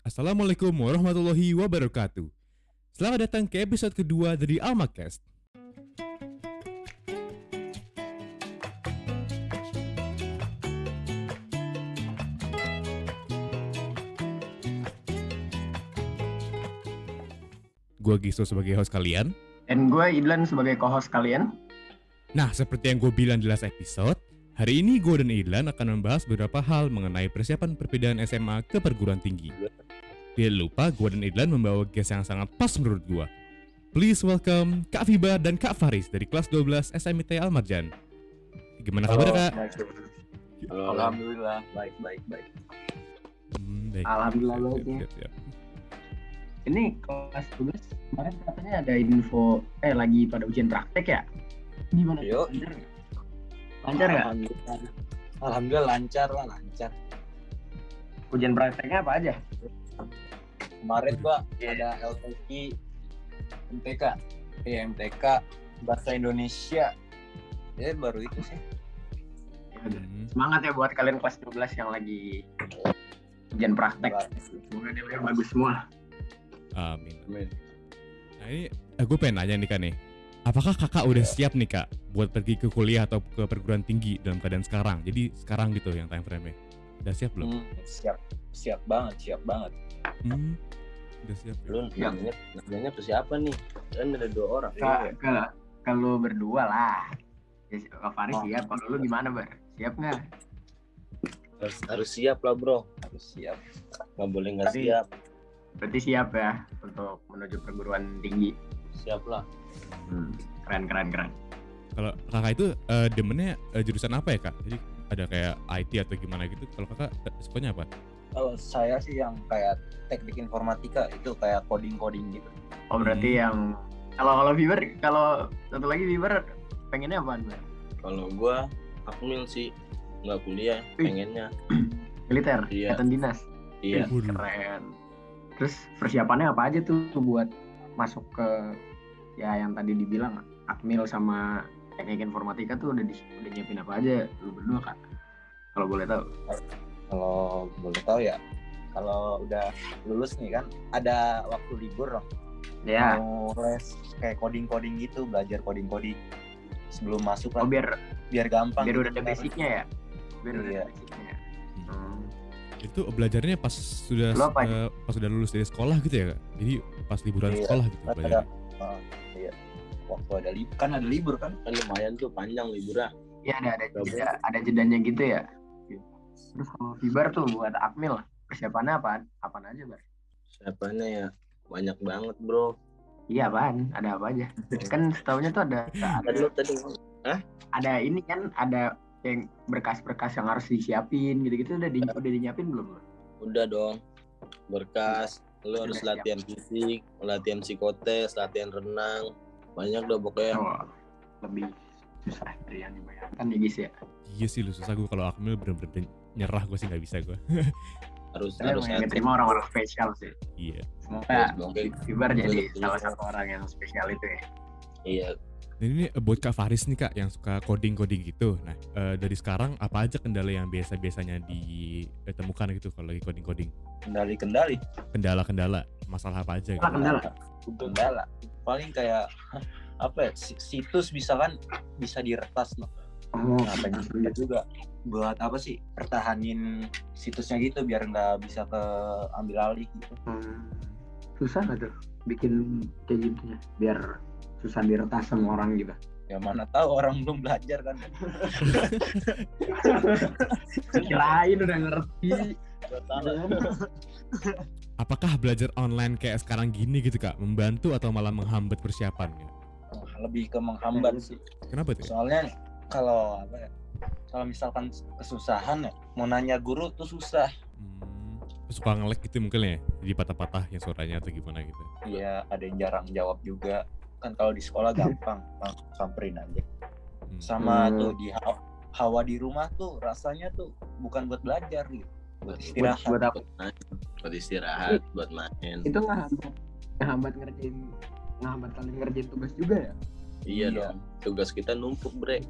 Assalamualaikum warahmatullahi wabarakatuh. Selamat datang ke episode kedua dari Almacast. Gue Giso sebagai host kalian. Dan gue Idlan sebagai co-host kalian. Nah, seperti yang gue bilang di last episode, hari ini gue dan Idlan akan membahas beberapa hal mengenai persiapan perpindahan SMA ke perguruan tinggi. Tidak lupa, gue dan Idlan membawa guest yang sangat pas menurut gue. Please welcome Kak Fiba dan Kak Faris dari kelas 12 SMIT Almarjan. Gimana kabar Kak? Halo, alhamdulillah, baik. Baik. Alhamdulillah baik. Siap. Ini kelas 12 kemarin katanya ada info lagi pada ujian praktek ya? Gimana? Yuk. Lancar nggak? Alhamdulillah lancar. Ujian prakteknya apa aja? Kemarin gua ada LTK, MTK, Bahasa Indonesia. Ya baru itu sih. Semangat ya buat kalian kelas 12 yang lagi ujian praktek. Semoga dia bagus semua. Amin. Nah ini gue pengen nanya nih Kak nih, apakah kakak udah siap nih Kak buat pergi ke kuliah atau ke perguruan tinggi dalam keadaan sekarang? Jadi sekarang gitu yang time frame-nya. Udah siap belum? Siap banget. Udah siap ya? Lu nanya persiapan nih, kan ada 2 orang. Kalau berdua lah. Ya, Kak Faris siap, kalau lu gimana Bar? Siap nggak? Harus siap lah bro, harus siap. Nggak boleh nggak siap. Berarti siap ya untuk menuju perguruan tinggi. Siap lah. Keren. Kalau kakak itu demennya jurusan apa ya Kak? Jadi ada kayak IT atau gimana gitu. Kalau kakak sukanya apa? Kalau saya sih yang kayak teknik informatika itu kayak coding gitu. Oh berarti yang kalau Fiber, kalau satu lagi Fiber pengennya apaan Bar? Kalau gua akmil sih, nggak kuliah, pengennya Militer, Iya. Ikatan dinas. iya. Keren. Terus persiapannya apa aja tuh buat masuk ke ya yang tadi dibilang akmil sama teknik informatika tuh udah nyiapin apa aja lu berdua Kak? Kalau boleh tahu. Kalau boleh tahu ya, kalau udah lulus nih kan ada waktu libur loh. Ya. Mau les kayak coding gitu, belajar coding sebelum masuk Oh kan. Biar gampang. biar udah ada basicnya ya. Iya. Itu belajarnya pas sudah lulus dari sekolah gitu ya Kak? Jadi pas liburan sekolah gitu belajarnya? Iya. Waktu ada libur kan Lumayan tuh panjang liburnya. Iya ada jedanya gitu ya. Terus kalau Fibar tuh buat akmil persiapannya apaan aja Bar? Siapanya ya banyak banget bro. Iya apaan? Ada apa aja? Kan setahunya tuh ada Tadi ada ini kan ada yang berkas-berkas yang harus disiapin gitu-gitu udah dinyiapin belum? udah dong. Berkas, lu Udah harus siap. latihan fisik, latihan psikotes, latihan renang. Banyak dah pokoknya. Oh, lebih susah dari yang dibayangkan ya guys ya. Iya sih lu susah, gue kalau akmil bener-bener nyerah, gue sih nggak bisa gue. Harus Saya terima orang-orang spesial sih. Iya. Semoga Oke. Fibar jadi Betul. salah satu orang yang spesial itu ya. Iya. Dan ini buat Kak Faris nih Kak yang suka coding gitu. Nah dari sekarang apa aja kendala yang biasanya ditemukan gitu kalau lagi coding? kendali Kendala, masalah apa aja gitu? Kendala. Paling kayak apa ya, situs bisa diretas loh. Oh, Nah, pengen juga buat apa sih, pertahanin situsnya gitu biar nggak bisa ambil alih gitu. Susah nggak tuh bikin kayak gitu ya? Biar susah diretas sama orang gitu. Ya mana tahu orang belum belajar kan. Kirain udah ngerti. Apakah belajar online kayak sekarang gini gitu Kak membantu atau malah menghambat persiapan? Lebih ke menghambat sih. Kenapa tuh? Soalnya kalau misalkan kesusahan ya, mau nanya guru tuh susah. Suka nge-lag gitu mungkin ya, jadi patah-patah yang suaranya atau gimana gitu. Iya, ada yang jarang jawab juga. Kan kalau di sekolah gampang, samperin aja. Sama tuh di hawa di rumah tuh rasanya tuh bukan buat belajar gitu. Buat istirahat. Buat apa? Buat istirahat, buat main. Itu ngehambat kalian ngerjain tugas juga ya? Iya dong. Tugas kita numpuk bre.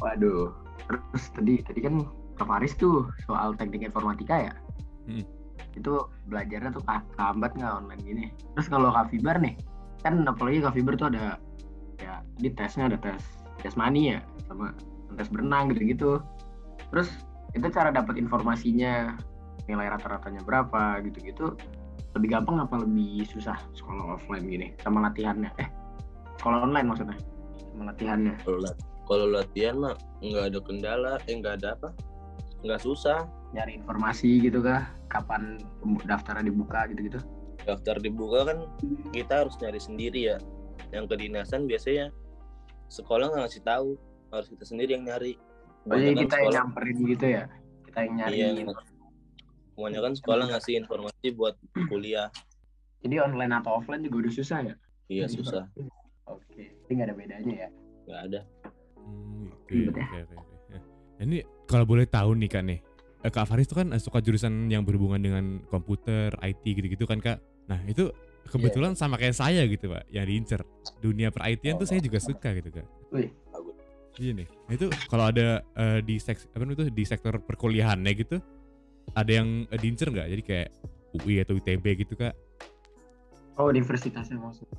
Waduh. Terus tadi kan Kak Faris tuh soal teknik informatika ya? itu belajarnya tuh kehambat nggak online gini. Terus kalau Kak Fibar nih, kan apalagi Kak Fibar tuh ada ya di tesnya ada tes mani ya sama tes berenang gitu-gitu. Terus itu cara dapat informasinya, nilai rata-ratanya berapa gitu-gitu, lebih gampang apa lebih susah sekolah offline gini sama latihannya? Sekolah online maksudnya sama latihannya. Kalau latihan mah nggak ada kendala, nggak ada apa, nggak susah. Nyari informasi gitu kah? Kapan daftarnya dibuka gitu-gitu? Daftar dibuka kan kita harus nyari sendiri ya. Yang kedinasan biasanya sekolah nggak ngasih tahu, harus kita sendiri yang nyari. Jadi kita yang nyamperin gitu ya? Kita yang nyari. Iya, semuanya kan sekolah ngasih informasi buat kuliah. Jadi online atau offline juga udah susah ya? Iya susah. Oke, ini nggak ada bedanya ya? Nggak ada. Oke. Ini kalau boleh tahu nih Kak nih, Kak Faris tuh kan suka jurusan yang berhubungan dengan komputer, IT gitu-gitu kan Kak. Nah itu kebetulan sama kayak saya gitu Pak, yang diincer. Dunia per IT-an tuh saya juga suka gitu Kak. Wih. Iya nih. Nah itu kalau ada di sektor perkuliahannya gitu, ada yang diincer nggak? Jadi kayak UI atau ITB gitu Kak? Oh universitasnya maksudnya.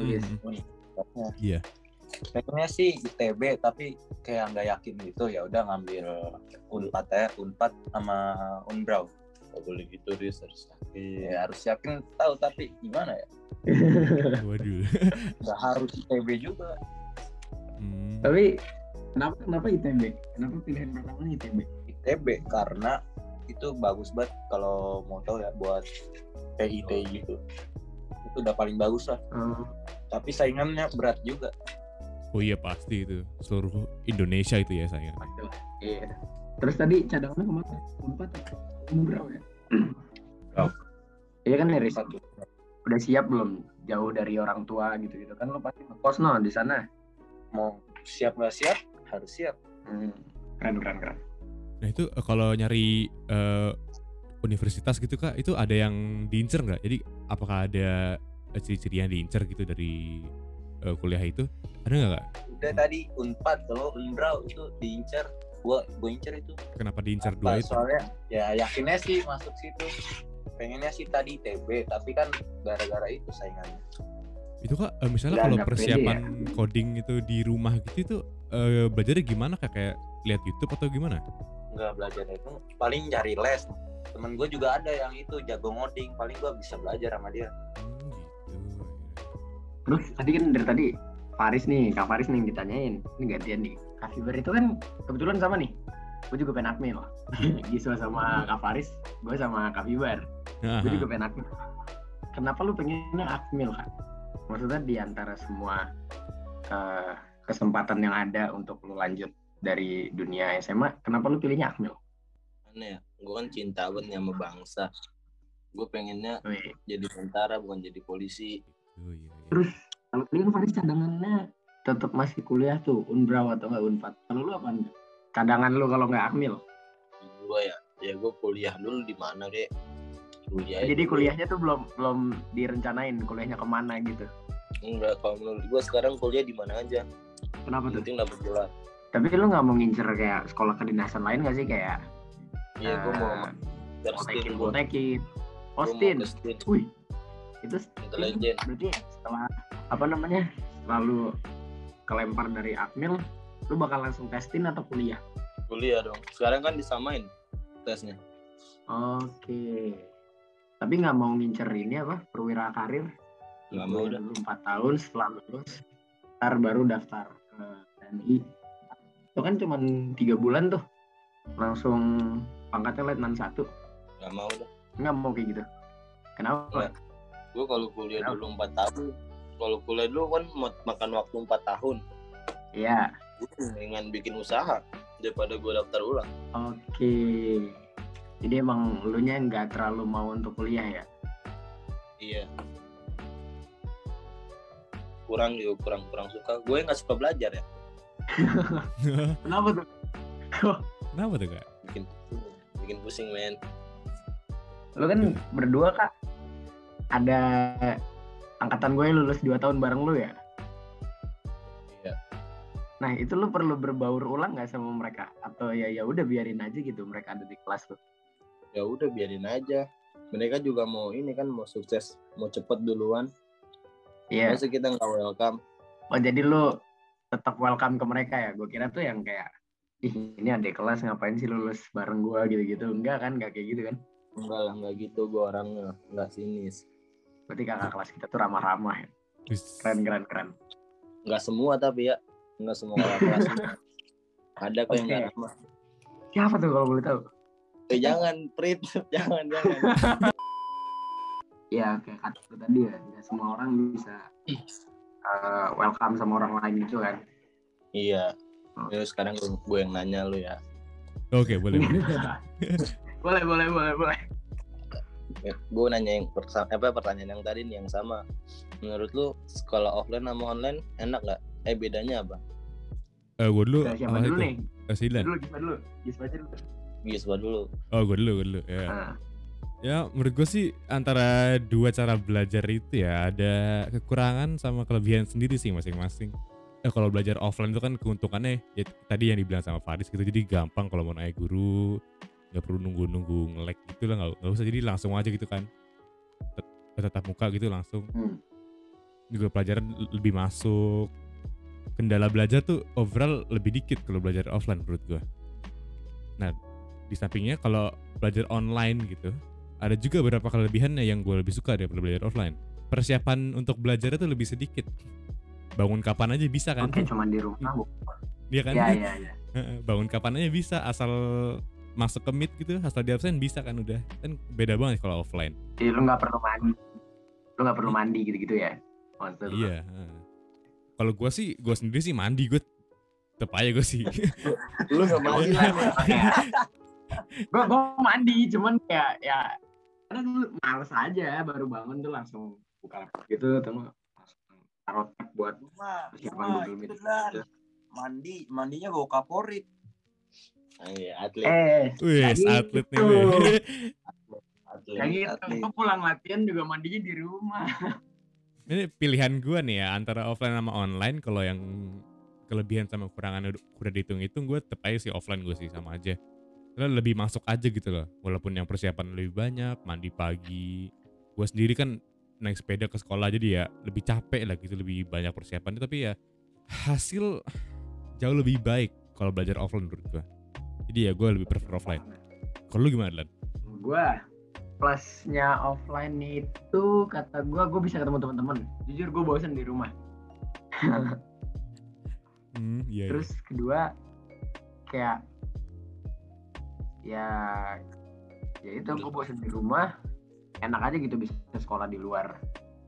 Iya. Pengennya sih ITB tapi kayak nggak yakin gitu, ya udah ngambil Unpad sama Unbrau. Gak boleh gitu, Riz, harus yakin. Ya harus yakin tahu, tapi gimana ya? Waduh. Nggak harus ITB juga. Tapi kenapa ITB? Kenapa pilihan pertamanya ITB? ITB karena itu bagus banget kalau mau tahu ya, buat PIT gitu. Itu udah paling bagus lah. Tapi saingannya berat juga. Oh iya pasti itu, seluruh Indonesia itu ya saya. Iya. Terus tadi cadangannya kemana? Unpad atau Unbrau ya? Iya kan ya Riz? Udah siap belum? Jauh dari orang tua gitu kan lo pasti ngekos no di sana. Mau siap nggak siap harus siap. Keren. Nah itu kalau nyari universitas gitu Kak, itu ada yang diincer nggak? Jadi apakah ada ciri-ciri yang diincer gitu dari kuliah itu? Ada nggak Kak? Udah tadi Unpad, kalau Unbrau itu diincar. Gua incer itu. Kenapa diincar dua itu? Soalnya ya yakinnya sih masuk situ. Pengennya sih tadi TB, tapi kan gara-gara itu saingannya. Itu Kak, misalnya kalau persiapan coding itu di rumah gitu itu belajarnya gimana Kak? Kayak lihat YouTube atau gimana? Enggak, belajar itu paling cari les. Temen gue juga ada yang itu jago ngoding, paling gue bisa belajar sama dia. Gitu. Terus tadi kan dari tadi Kak Faris nih yang ditanyain. Ini gantian nih. Kak Fibar itu kan kebetulan sama nih. Gue juga pengen admin loh. Giswa sama Kak Faris, gue sama Kak Fibar. Gue juga pengen admin. Kenapa lu pengennya admin Kak? Maksudnya di antara semua kesempatan yang ada untuk lu lanjut dari dunia SMA, kenapa lu pilihnya akmil? Aneh ya, gue kan cinta banget sama bangsa. Gue pengennya jadi tentara bukan jadi polisi. Iya. Terus kalau kalian Faris cadangannya tetap masih kuliah tuh Unbrau atau nggak Unpad? Kalau lu apa enggak? Cadangan lu kalau nggak akmil? Gue ya gue kuliah dulu di mana kek. Jadi kuliahnya tuh belum direncanain kuliahnya kemana gitu? Enggak, kalau menurut gue sekarang kuliah di mana aja. Kenapa tuh? Penting dapat gelar. Tapi lu nggak mau ngincer kayak sekolah kedinasan lain nggak sih kayak? Iya, gue mau Tekin. Austin. Wih, itu intelijen. Berarti setelah lalu kelempar dari akmil, lu bakal langsung testin atau kuliah? Kuliah dong. Sekarang kan disamain tesnya. Oke. Tapi nggak mau ngincer ini apa? Perwira karir? Nggak mau udah. 4 tahun setelah lulus, ntar baru daftar ke TNI. Itu kan cuma 3 bulan tuh, langsung pangkatnya letnan 1. Nggak mau udah. Nggak mau kayak gitu. Kenapa? Gue kalau kuliah dulu 4 tahun. Kalau kuliah dulu kan makan waktu 4 tahun. Iya. Dengan bikin usaha daripada gue daftar ulang. Oke. Jadi emang lu nya nggak terlalu mau untuk kuliah ya? Iya. Kurang suka. Gue nggak suka belajar ya. Kenapa tuh? Kenapa tuh Kak? Bikin pusing men. Lu kan berdua Kak, ada angkatan gue lulus 2 tahun bareng lu ya? Iya. Nah itu lu perlu berbaur ulang nggak sama mereka? Atau ya udah biarin aja gitu mereka ada di kelas lu? Ya udah biarin aja. mereka juga mau ini kan, mau sukses, mau cepet duluan. Iya. Masa kita nggak welcome? Oh jadi lu tetap welcome ke mereka ya? Gue kira tuh yang kayak, ih ini adik kelas ngapain sih lulus bareng gue gitu-gitu. Enggak kan, enggak kayak gitu kan? Enggak lah, nggak gitu. Gue orangnya nggak sinis. Berarti kakak kelas kita tuh ramah-ramah ya. Keren. Nggak semua tapi ya, nggak semua kakak kelas. Ada kok yang nggak ramah. Siapa tuh kalau boleh tahu? Jangan Prit, jangan. Ya kayak kata lu tadi ya, nggak semua orang bisa welcome sama orang lain gitu kan. Iya. Terus sekarang gue yang nanya lu ya. Oke, boleh. boleh. Gue nanya yang pertanyaan yang tadi nih, yang sama. Menurut lu sekolah offline sama online enak nggak? Bedanya apa? Gue dulu. Siapa dulu nih? Silan. Giswa dulu. Oh, gue dulu. Ya. Ya, menurut gue sih antara dua cara belajar itu ya ada kekurangan sama kelebihan sendiri sih masing-masing. Kalau belajar offline itu kan keuntungannya ya tadi yang dibilang sama Faris gitu, jadi gampang kalau mau nanya guru, nggak perlu nunggu nge-lag gitu lah, nggak usah, jadi langsung aja gitu kan, tatap muka gitu langsung. Juga pelajaran lebih masuk. Kendala belajar tuh overall lebih dikit kalau belajar offline menurut gue. Nah, di sampingnya kalau belajar online gitu, ada juga beberapa kelebihannya yang gue lebih suka daripada belajar offline. Persiapan untuk belajar itu lebih sedikit. Bangun kapan aja bisa kan? Oke, cuma di rumah. Iya kan? Iya. Bangun kapan aja bisa, asal masuk ke meet gitu, asal di absen bisa kan udah. Kan beda banget kalau offline. Jadi lu nggak perlu mandi gitu-gitu ya? Maksud Iya. Kalau gue sendiri sih mandi, gue tetep aja gue sih. Lu nggak mandi lah. Gue mandi, cuman kayak ya karena dulu males aja, baru bangun tuh langsung buka laptop gitu, terus langsung taruh tab buat persiapan Google Meet. Mandinya bawa kaporit. Iya, atlet. Wih, atlet nih. Kayak gitu, gue pulang latihan juga mandinya di rumah. Ini pilihan gue nih ya antara offline sama online. Kalau yang kelebihan sama kekurangan udah dihitung-hitung, gue tetep aja sih offline gue sih sama aja. Karena lebih masuk aja gitu loh. Walaupun yang persiapan lebih banyak, mandi pagi. Gue sendiri kan naik sepeda ke sekolah, jadi ya lebih capek lah gitu, lebih banyak persiapan. Tapi ya hasil jauh lebih baik kalau belajar offline menurut gue. Jadi ya gue lebih prefer offline. Kalau lu gimana, Lan? Gue plusnya offline itu kata gue bisa ketemu teman-teman. Jujur gue bosan di rumah. Iya. Terus kedua kayak ya itu gue bosan di rumah, enak aja gitu bisa sekolah di luar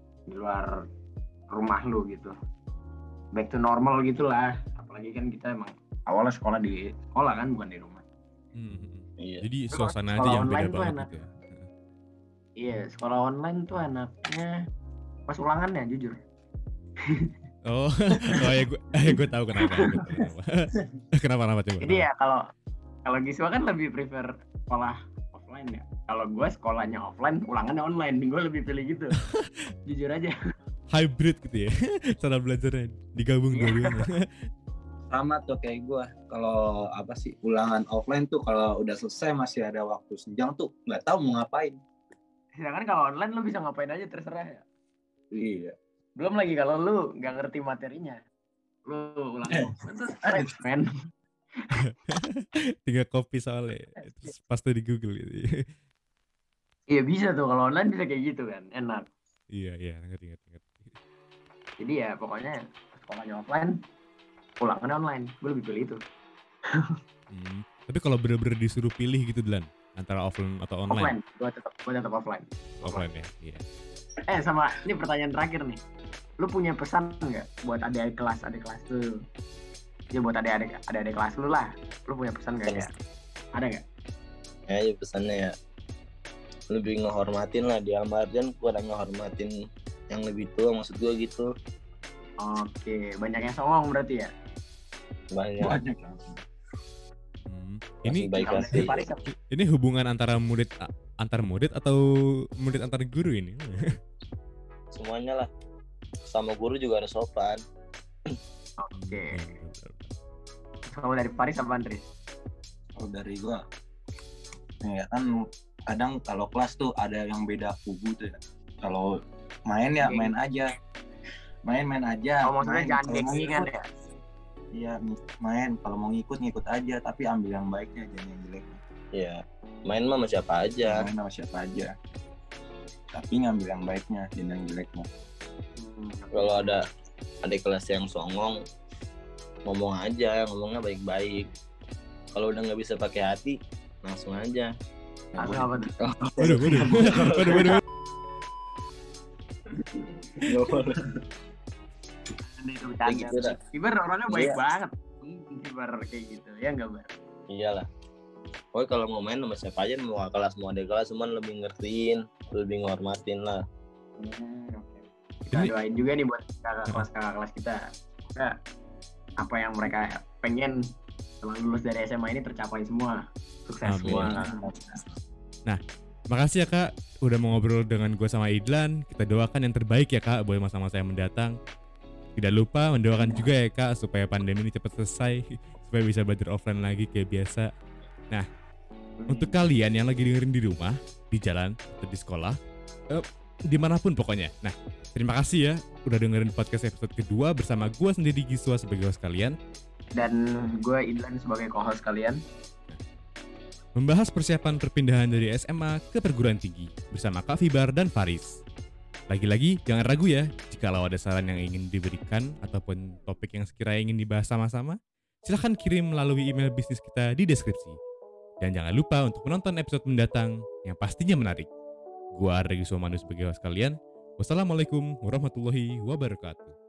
rumah lu gitu, back to normal gitulah. Apalagi kan kita emang awalnya sekolah di sekolah kan, bukan di rumah. Iya. Jadi suasana aja yang beda banget gitu ya. Iya, sekolah online tuh enaknya pas ulangannya jujur. Oh ya gue tahu kenapa. Kenapa coba? Jadi ya kalau Giswa kan lebih prefer sekolah offline ya. Kalau gue sekolahnya offline, ulangannya online. Gue lebih pilih gitu. Jujur aja. Hybrid gitu ya. Cara belajarnya digabung dua-duanya. Sama tuh kayak gue. Kalau ulangan offline tuh kalau udah selesai masih ada waktu sejam tuh nggak tahu mau ngapain. Sedangkan kalau online lu bisa ngapain aja terserah ya. Iya. Belum lagi kalau lu nggak ngerti materinya, lu ulangan terus stress man. Tinggal copy soalnya, terus paste di Google gitu. Iya bisa tuh, kalau online bisa kayak gitu kan, enak. Iya, ngerti. Jadi ya pokoknya sekolahnya offline, ulangannya online. Gue lebih pilih itu. Tapi kalau bener-bener disuruh pilih gitu Dilan, antara offline atau online? Offline, gue tetap offline. Offline ya, iya. Sama ini pertanyaan terakhir nih. Lu punya pesan nggak buat adik kelas tuh? Ya buat adik kelas lu lah. Lu punya pesan nggak ya? Ada nggak? Ya pesannya ya lebih ngehormatin lah, di Almarjan kurang ngehormatin yang lebih tua, maksud gue gitu. Oke, banyak yang songong berarti ya? Banyak. Ini hubungan antara murid atau murid antar guru ini? Semuanya lah. Sama guru juga harus sopan. Oke. Kalau dari Faris apa Andri? Kalau dari gua, ya kan kadang kalau kelas tuh ada yang beda kubu tuh ya. Kalau main ya main aja. Main aja. Oh, maksudnya main. jangan Kalau mau gengsingan ngikut, ya. Iya, main. Kalau mau ngikut aja, tapi ambil yang baiknya, jangan yang jeleknya. Iya, main mah sama siapa aja. Main sama siapa aja. Tapi ngambil yang baiknya, jangan yang jeleknya. Kalau ada adik kelas yang songong, ngomong aja, ngomongnya baik-baik. Kalau udah nggak bisa pakai hati, langsung aja. Langsung apa tuh? Waduh. Nggak boleh. Itu bercanda. Gitu dah. Ibar orangnya baik Iya. banget. Ibar kayak gitu ya nggak Bar? Iyalah. Pokoknya kalau mau main sama siapa aja, mau kakak kelas, mau adik kelas, cuman lebih ngertiin, lebih ngormatin lah. Kita doain juga nih buat kakak kelas kita. Semoga apa yang mereka pengen setelah lulus dari SMA ini tercapai semua. Sukses Amin. semua. Makasih ya Kak udah mau ngobrol dengan gue sama Idlan. Kita doakan yang terbaik ya Kak buat masa-masa yang mendatang. Tidak lupa mendoakan juga ya Kak supaya pandemi ini cepat selesai, supaya bisa belajar offline lagi kayak biasa. Nah, untuk kalian yang lagi dengerin di rumah, di jalan, atau di sekolah, dimanapun pokoknya. Nah, terima kasih ya udah dengerin podcast episode kedua bersama gue sendiri Giswa sebagai host kalian. Dan gue Idlan sebagai co-host kalian. Membahas persiapan perpindahan dari SMA ke perguruan tinggi bersama Kak Fibar dan Faris. Lagi-lagi jangan ragu ya, jikalau ada saran yang ingin diberikan ataupun topik yang sekiranya ingin dibahas sama-sama, silahkan kirim melalui email bisnis kita di deskripsi. Dan jangan lupa untuk menonton episode mendatang yang pastinya menarik. Gua Arda Giswa Manu sebagai host kalian. Wassalamualaikum warahmatullahi wabarakatuh.